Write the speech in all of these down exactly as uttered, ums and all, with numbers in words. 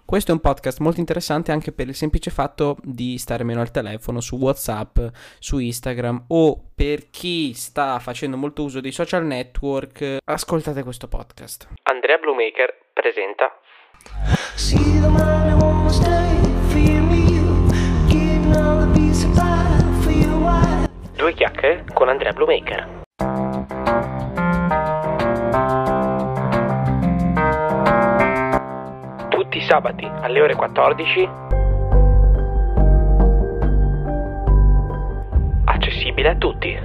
Questo è un podcast molto interessante anche per il semplice fatto di stare meno al telefono, su WhatsApp, su Instagram, o per chi sta facendo molto uso dei social network. Ascoltate questo podcast. Andrea Bluemaker presenta Due chiacchiere con Andrea Bluemaker. Tutti i sabati alle ore quattordici, accessibile a tutti.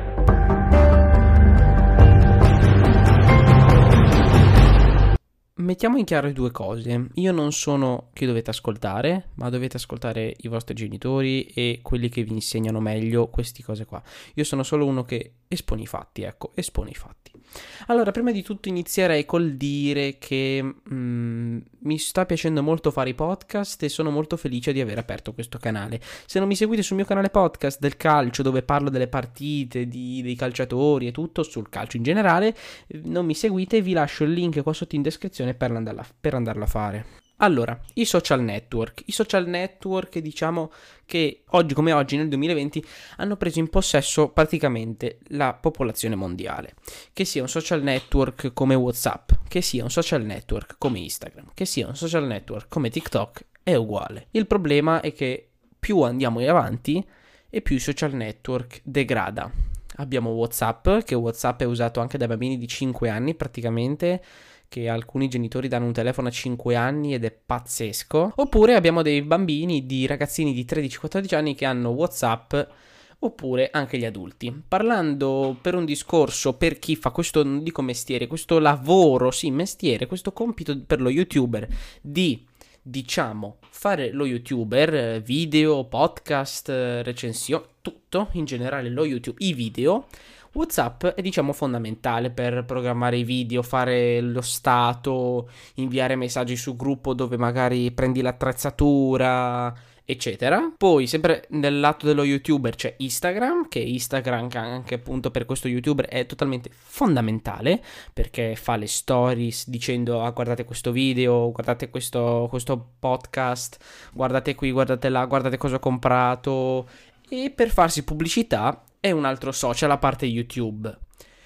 Mettiamo in chiaro due cose. Io non sono chi dovete ascoltare, ma dovete ascoltare i vostri genitori e quelli che vi insegnano meglio queste cose qua. Io sono solo uno che espone i fatti, ecco, espone i fatti. Allora, prima di tutto inizierei col dire che mm, mi sta piacendo molto fare i podcast e sono molto felice di aver aperto questo canale. Se non mi seguite sul mio canale podcast del calcio, dove parlo delle partite, di, dei calciatori e tutto, sul calcio in generale, non mi seguite, vi lascio il link qua sotto in descrizione per andarla, per andarla a fare. Allora, i social network. I social network, diciamo che oggi come oggi, nel duemilaventi, hanno preso in possesso praticamente la popolazione mondiale. Che sia un social network come WhatsApp, che sia un social network come Instagram, che sia un social network come TikTok, è uguale. Il problema è che più andiamo avanti e più i social network degrada. Abbiamo WhatsApp, che WhatsApp è usato anche dai bambini di cinque anni praticamente, che alcuni genitori danno un telefono a cinque anni ed è pazzesco. Oppure abbiamo dei bambini, di ragazzini di tredici quattordici anni che hanno WhatsApp, oppure anche gli adulti. Parlando per un discorso per chi fa questo, non dico mestiere, questo lavoro, sì mestiere, questo compito per lo YouTuber di, diciamo, fare lo YouTuber, video, podcast, recensioni, tutto, in generale lo YouTube, i video. WhatsApp è diciamo fondamentale per programmare i video, fare lo stato, inviare messaggi su gruppo dove magari prendi l'attrezzatura, eccetera. Poi sempre nel lato dello YouTuber c'è Instagram, che Instagram anche appunto per questo YouTuber è totalmente fondamentale, perché fa le stories dicendo ah guardate questo video, guardate questo, questo podcast, guardate qui, guardate là, guardate cosa ho comprato, e per farsi pubblicità è un altro social a parte YouTube.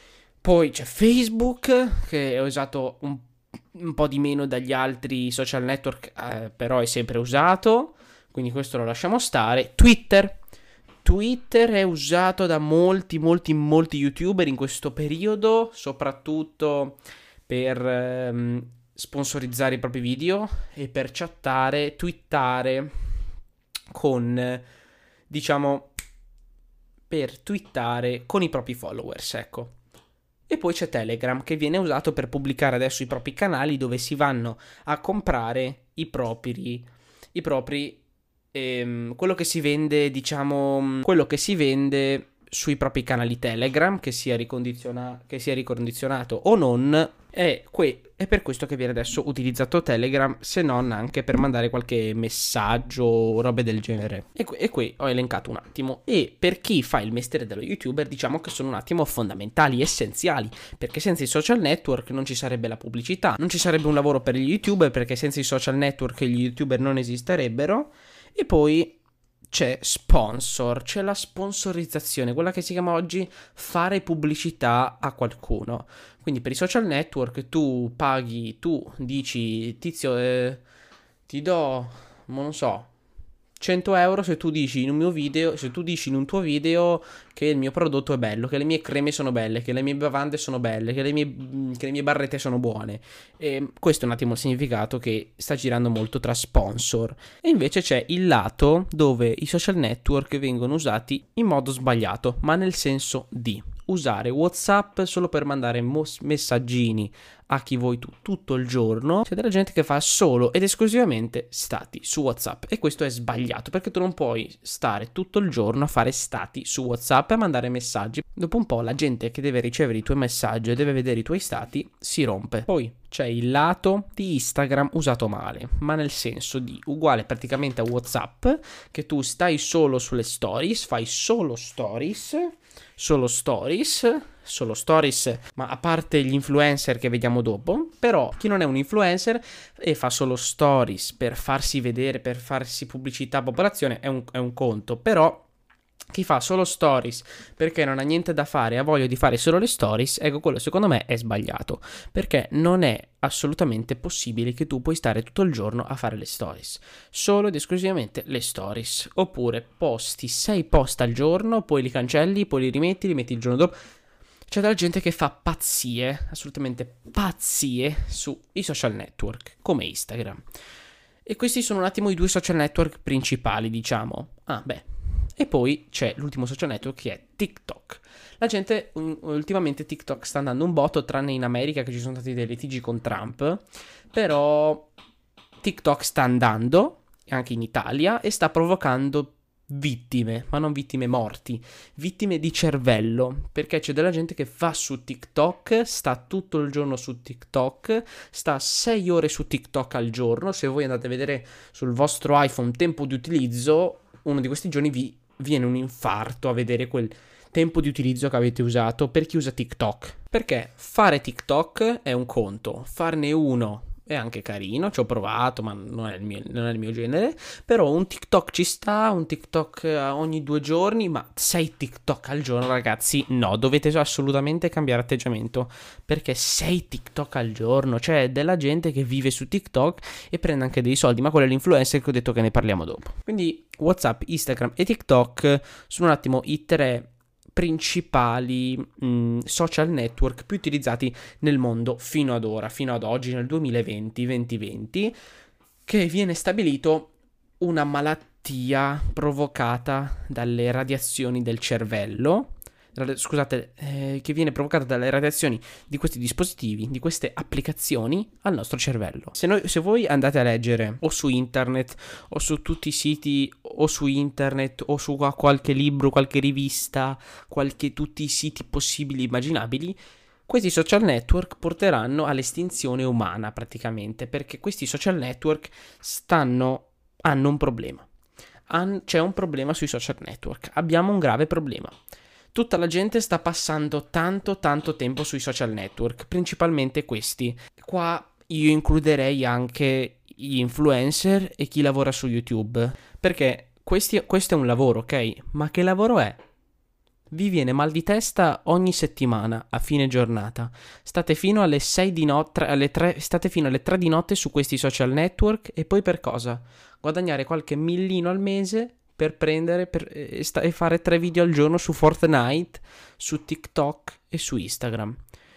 Poi c'è Facebook, che ho usato un, un po' di meno dagli altri social network, eh, però è sempre usato, quindi questo lo lasciamo stare. Twitter. Twitter è usato da molti, molti, molti YouTuber in questo periodo, soprattutto per ehm, sponsorizzare i propri video e per chattare, twittare con, diciamo, per twittare con i propri followers, ecco. E poi c'è Telegram, che viene usato per pubblicare adesso i propri canali dove si vanno a comprare i propri i propri ehm, quello che si vende, diciamo, quello che si vende sui propri canali Telegram, che sia ricondiziona- che sia ricondizionato o non. È, que- è per questo che viene adesso utilizzato Telegram, se non anche per mandare qualche messaggio o robe del genere. E, que- e qui ho elencato un attimo. E per chi fa il mestiere dello YouTuber, diciamo che sono un attimo fondamentali, essenziali, perché senza i social network non ci sarebbe la pubblicità, non ci sarebbe un lavoro per gli YouTuber, perché senza i social network gli YouTuber non esisterebbero. E poi c'è sponsor, c'è la sponsorizzazione, quella che si chiama oggi fare pubblicità a qualcuno. Quindi per i social network tu paghi, tu dici tizio eh, ti do, non so, cento euro se tu dici in un mio video, se tu dici in un tuo video che il mio prodotto è bello, che le mie creme sono belle, che le mie bevande sono belle, che le mie, che le mie barrette sono buone. E questo è un attimo il significato che sta girando molto tra sponsor. E invece c'è il lato dove i social network vengono usati in modo sbagliato, ma nel senso di usare WhatsApp solo per mandare mos- messaggini a chi vuoi tu tutto il giorno. C'è della gente che fa solo ed esclusivamente stati su WhatsApp, e questo è sbagliato, perché tu non puoi stare tutto il giorno a fare stati su WhatsApp e a mandare messaggi. Dopo un po' la gente che deve ricevere i tuoi messaggi e deve vedere i tuoi stati si rompe. Poi c'è il lato di Instagram usato male, ma nel senso di uguale praticamente a WhatsApp, che tu stai solo sulle stories, fai solo stories, solo stories, solo stories, ma a parte gli influencer che vediamo dopo, però chi non è un influencer e fa solo stories per farsi vedere, per farsi pubblicità, popolazione, è un, è un conto, però chi fa solo stories perché non ha niente da fare e ha voglia di fare solo le stories, ecco, quello secondo me è sbagliato, perché non è assolutamente possibile che tu puoi stare tutto il giorno a fare le stories, solo ed esclusivamente le stories, oppure posti sei post al giorno, poi li cancelli, poi li rimetti, li metti il giorno dopo. C'è della gente che fa pazzie, assolutamente pazzie, sui social network, come Instagram. E questi sono un attimo i due social network principali, diciamo. Ah, beh. E poi c'è l'ultimo social network che è TikTok. La gente, ultimamente TikTok sta andando un botto, tranne in America che ci sono stati dei litigi con Trump, però TikTok sta andando, anche in Italia, e sta provocando vittime, ma non vittime morti, vittime di cervello, perché c'è della gente che va su TikTok, sta tutto il giorno su TikTok, sta sei ore su TikTok al giorno. Se voi andate a vedere sul vostro iPhone tempo di utilizzo, uno di questi giorni vi viene un infarto a vedere quel tempo di utilizzo che avete usato per chi usa TikTok. Perché fare TikTok è un conto, farne uno è anche carino, ci ho provato, ma non è il mio, non è il mio genere. Però un TikTok ci sta, un TikTok ogni due giorni, ma sei TikTok al giorno, ragazzi, no, dovete assolutamente cambiare atteggiamento, perché sei TikTok al giorno, cioè della gente che vive su TikTok e prende anche dei soldi, ma quello è l'influencer che ho detto che ne parliamo dopo. Quindi WhatsApp, Instagram e TikTok sono un attimo i tre principali mh, social network più utilizzati nel mondo fino ad ora, fino ad oggi, nel duemilaventi duemilaventi, che viene stabilito una malattia provocata dalle radiazioni del cervello, scusate, eh, che viene provocata dalle radiazioni di questi dispositivi, di queste applicazioni al nostro cervello. Se, noi, se voi andate a leggere o su internet o su tutti i siti o su internet o su qualche libro, qualche rivista, qualche, tutti i siti possibili e immaginabili, questi social network porteranno all'estinzione umana praticamente, perché questi social network stanno, hanno un problema. Han, c'è un problema sui social network, abbiamo un grave problema. Tutta la gente sta passando tanto tanto tempo sui social network, principalmente questi. Qua io includerei anche gli influencer e chi lavora su YouTube, perché questi, questo è un lavoro, ok? Ma che lavoro è? Vi viene mal di testa ogni settimana a fine giornata. State fino alle sei di notte, alle tre, state fino alle tre di notte su questi social network e poi per cosa? Guadagnare qualche millino al mese per prendere per, e, sta, e fare tre video al giorno su Fortnite, su TikTok e su Instagram.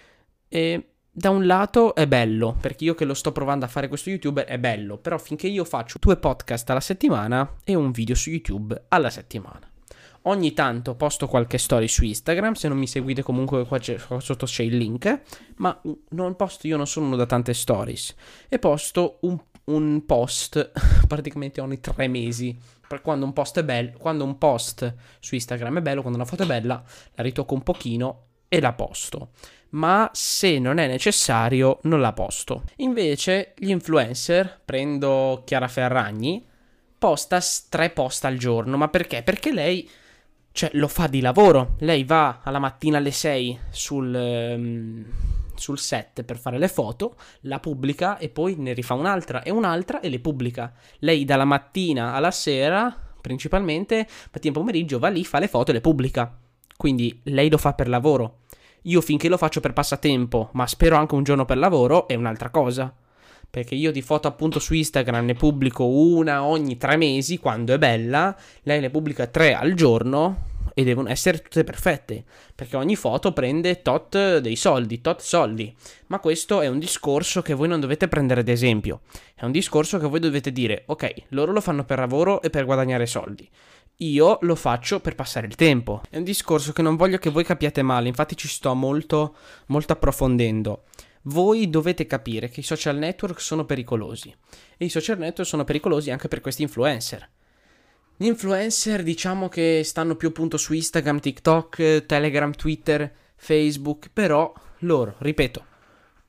E da un lato è bello, perché io che lo sto provando a fare questo YouTuber è bello, però finché io faccio due podcast alla settimana e un video su YouTube alla settimana. Ogni tanto posto qualche story su Instagram, se non mi seguite comunque qua, qua sotto c'è il link, ma non posto, io non sono uno da tante stories, e posto un, un post praticamente ogni tre mesi. Quando un post è bello, quando un post su Instagram è bello, quando una foto è bella, la ritocco un pochino e la posto. Ma se non è necessario, non la posto. Invece gli influencer, prendo Chiara Ferragni, posta tre post al giorno. Ma perché? Perché lei, cioè, lo fa di lavoro. Lei va alla mattina alle sei sul, um, sul set per fare le foto, la pubblica e poi ne rifà un'altra e un'altra e le pubblica. Lei dalla mattina alla sera, principalmente, mattina e pomeriggio, va lì, fa le foto e le pubblica. Quindi lei lo fa per lavoro. Io finché lo faccio per passatempo, ma spero anche un giorno per lavoro, è un'altra cosa. Perché io di foto appunto su Instagram ne pubblico una ogni tre mesi, quando è bella. Lei ne pubblica tre al giorno e devono essere tutte perfette, perché ogni foto prende tot dei soldi, tot soldi. Ma questo è un discorso che voi non dovete prendere ad esempio. È un discorso che voi dovete dire: ok, loro lo fanno per lavoro e per guadagnare soldi, io lo faccio per passare il tempo. È un discorso che non voglio che voi capiate male, infatti ci sto molto, molto approfondendo. Voi dovete capire che i social network sono pericolosi, e i social network sono pericolosi anche per questi influencer. Gli influencer, diciamo che stanno più appunto su Instagram, TikTok, Telegram, Twitter, Facebook, però loro, ripeto,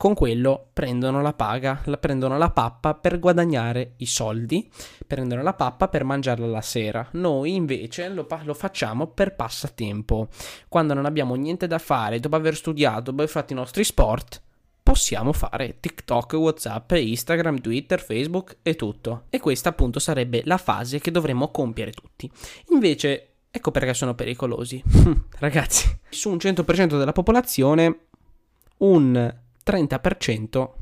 con quello prendono la paga, la prendono la pappa per guadagnare i soldi, prendono la pappa per mangiarla la sera. Noi invece lo, lo facciamo per passatempo. Quando non abbiamo niente da fare, dopo aver studiato, dopo aver fatto i nostri sport, possiamo fare TikTok, WhatsApp, Instagram, Twitter, Facebook e tutto. E questa appunto sarebbe la fase che dovremmo compiere tutti. Invece, ecco perché sono pericolosi. Ragazzi, su un cento per cento della popolazione, un trenta per cento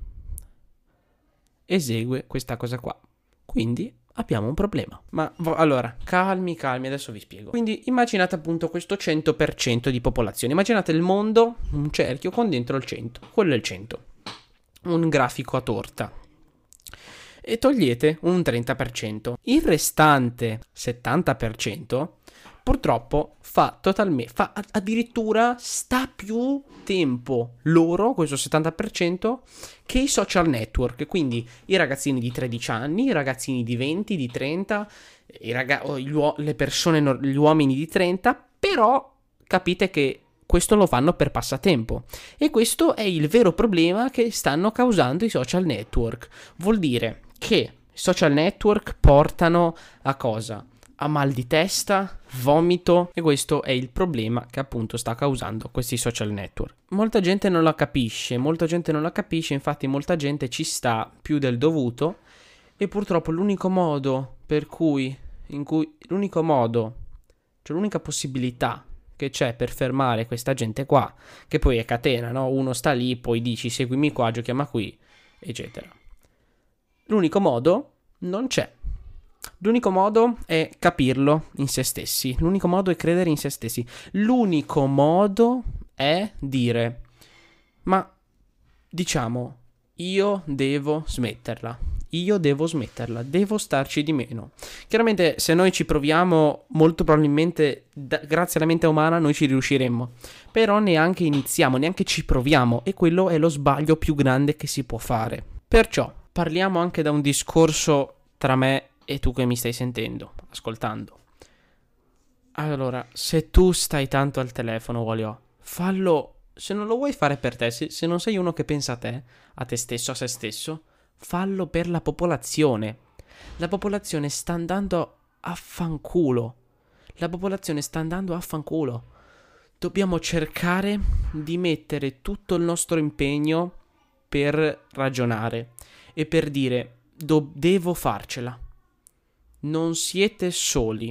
esegue questa cosa qua. Quindi abbiamo un problema. Ma allora, calmi, calmi, adesso vi spiego. Quindi immaginate appunto questo cento per cento di popolazione. Immaginate il mondo, un cerchio con dentro il cento. Quello è il cento. Un grafico a torta. E togliete un trenta per cento. Il restante settanta per cento purtroppo fa totalmente, fa addirittura sta più tempo loro, questo settanta per cento, che i social network. Quindi i ragazzini di tredici anni, i ragazzini di venti, di trenta, i raga- gli uo- le persone, gli uomini di trenta, però capite che questo lo fanno per passatempo. E questo è il vero problema che stanno causando i social network. Vuol dire che i social network portano a cosa? A mal di testa, vomito, e questo è il problema che appunto sta causando questi social network. Molta gente non la capisce, molta gente non la capisce, infatti molta gente ci sta più del dovuto e purtroppo l'unico modo per cui, in cui, l'unico modo, cioè l'unica possibilità che c'è per fermare questa gente qua, che poi è catena, no? Uno sta lì, poi dici seguimi qua, giochiamo qui, eccetera. L'unico modo non c'è. L'unico modo è capirlo in se stessi, l'unico modo è credere in se stessi, l'unico modo è dire, ma diciamo, io devo smetterla, io devo smetterla, devo starci di meno. Chiaramente se noi ci proviamo, molto probabilmente da, grazie alla mente umana noi ci riusciremmo, però neanche iniziamo, neanche ci proviamo, e quello è lo sbaglio più grande che si può fare. Perciò parliamo anche da un discorso tra me e tu che mi stai sentendo, ascoltando. Allora, se tu stai tanto al telefono, Wolio, fallo. Se non lo vuoi fare per te, se, se non sei uno che pensa a te, a te stesso, a se stesso, fallo per la popolazione. La popolazione sta andando a fanculo. La popolazione sta andando a fanculo. Dobbiamo cercare di mettere tutto il nostro impegno per ragionare e per dire, do- devo farcela. Non siete soli.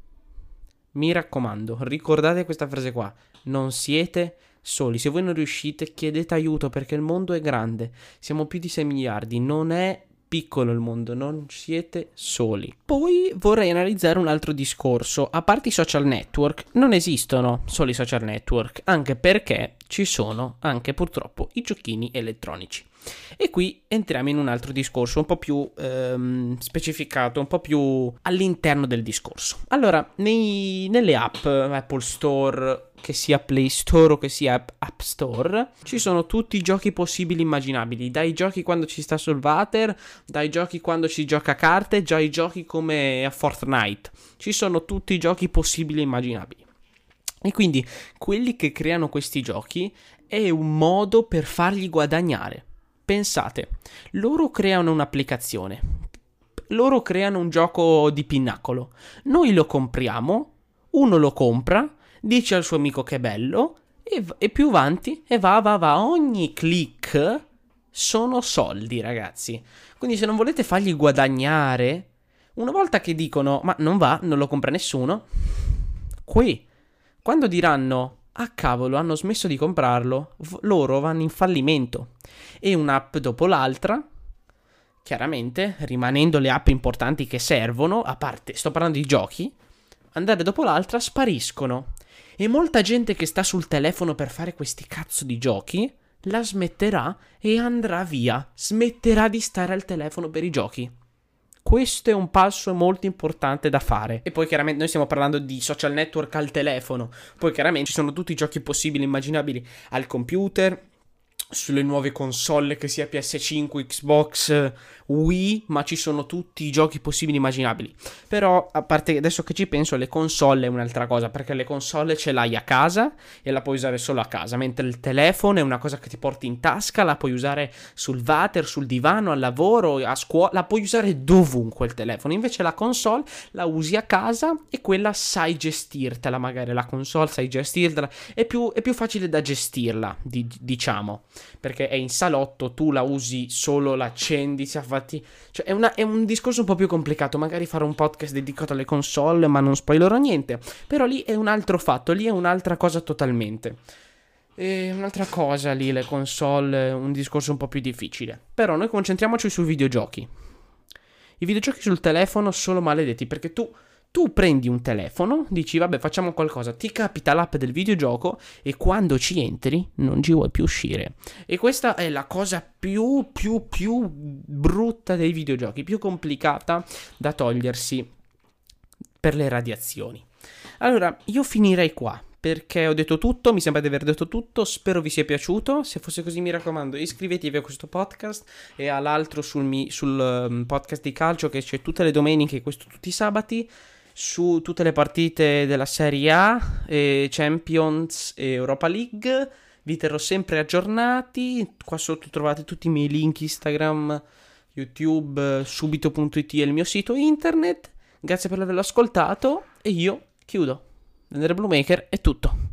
Mi raccomando, ricordate questa frase qua. Non siete soli. Se voi non riuscite, chiedete aiuto, perché il mondo è grande. Siamo più di sei miliardi. Non è piccolo il mondo. Non siete soli. Poi vorrei analizzare un altro discorso. A parte i social network, non esistono solo i social network, anche perché ci sono anche purtroppo i giochini elettronici. E qui entriamo in un altro discorso un po' più ehm, specificato, un po' più all'interno del discorso. Allora, nei, nelle app, Apple Store, che sia Play Store o che sia App Store, ci sono tutti i giochi possibili e immaginabili, dai giochi quando ci sta sul water, dai giochi quando ci gioca a carte, già i giochi come a Fortnite, ci sono tutti i giochi possibili e immaginabili. E quindi quelli che creano questi giochi è un modo per fargli guadagnare. Pensate, loro creano un'applicazione, loro creano un gioco di pinnacolo, noi lo compriamo, uno lo compra, dice al suo amico che è bello e, e più avanti e va, va, va, ogni click sono soldi, ragazzi. Quindi se non volete fargli guadagnare, una volta che dicono ma non va, non lo compra nessuno, qui, quando diranno ah cavolo, hanno smesso di comprarlo, v- loro vanno in fallimento. E un'app dopo l'altra, chiaramente, rimanendo le app importanti che servono, a parte, sto parlando di giochi, andare dopo l'altra, spariscono. E molta gente che sta sul telefono per fare questi cazzo di giochi, la smetterà e andrà via. Smetterà di stare al telefono per i giochi. Questo è un passo molto importante da fare. E poi chiaramente noi stiamo parlando di social network al telefono. Poi chiaramente ci sono tutti i giochi possibili e immaginabili al computer sulle nuove console, che sia P S cinque, Xbox, Wii, ma ci sono tutti i giochi possibili e immaginabili. Però, a parte adesso che ci penso, le console è un'altra cosa, perché le console ce l'hai a casa e la puoi usare solo a casa, mentre il telefono è una cosa che ti porti in tasca, la puoi usare sul water, sul divano, al lavoro, a scuola, la puoi usare dovunque il telefono. Invece la console la usi a casa e quella sai gestirtela, magari la console sai gestirtela, è più, è più facile da gestirla, di, diciamo, perché è in salotto, tu la usi solo, la accendi, si affatti, cioè è, una, è un discorso un po' più complicato, magari fare un podcast dedicato alle console, ma non spoilerò niente, però lì è un altro fatto, lì è un'altra cosa totalmente. E un'altra cosa lì, le console, un discorso un po' più difficile. Però noi concentriamoci sui videogiochi. I videogiochi sul telefono sono maledetti, perché tu, tu prendi un telefono, dici vabbè facciamo qualcosa, ti capita l'app del videogioco e quando ci entri non ci vuoi più uscire. E questa è la cosa più, più, più brutta dei videogiochi, più complicata da togliersi per le radiazioni. Allora, io finirei qua, perché ho detto tutto, mi sembra di aver detto tutto, spero vi sia piaciuto. Se fosse così mi raccomando iscrivetevi a questo podcast e all'altro sul, mi, sul um, podcast di calcio che c'è tutte le domeniche, questo tutti i sabati, su tutte le partite della Serie A, e Champions e Europa League. Vi terrò sempre aggiornati, qua sotto trovate tutti i miei link Instagram, YouTube, subito punto it è il mio sito internet. Grazie per averlo ascoltato e io chiudo. Nel Blue Maker è tutto.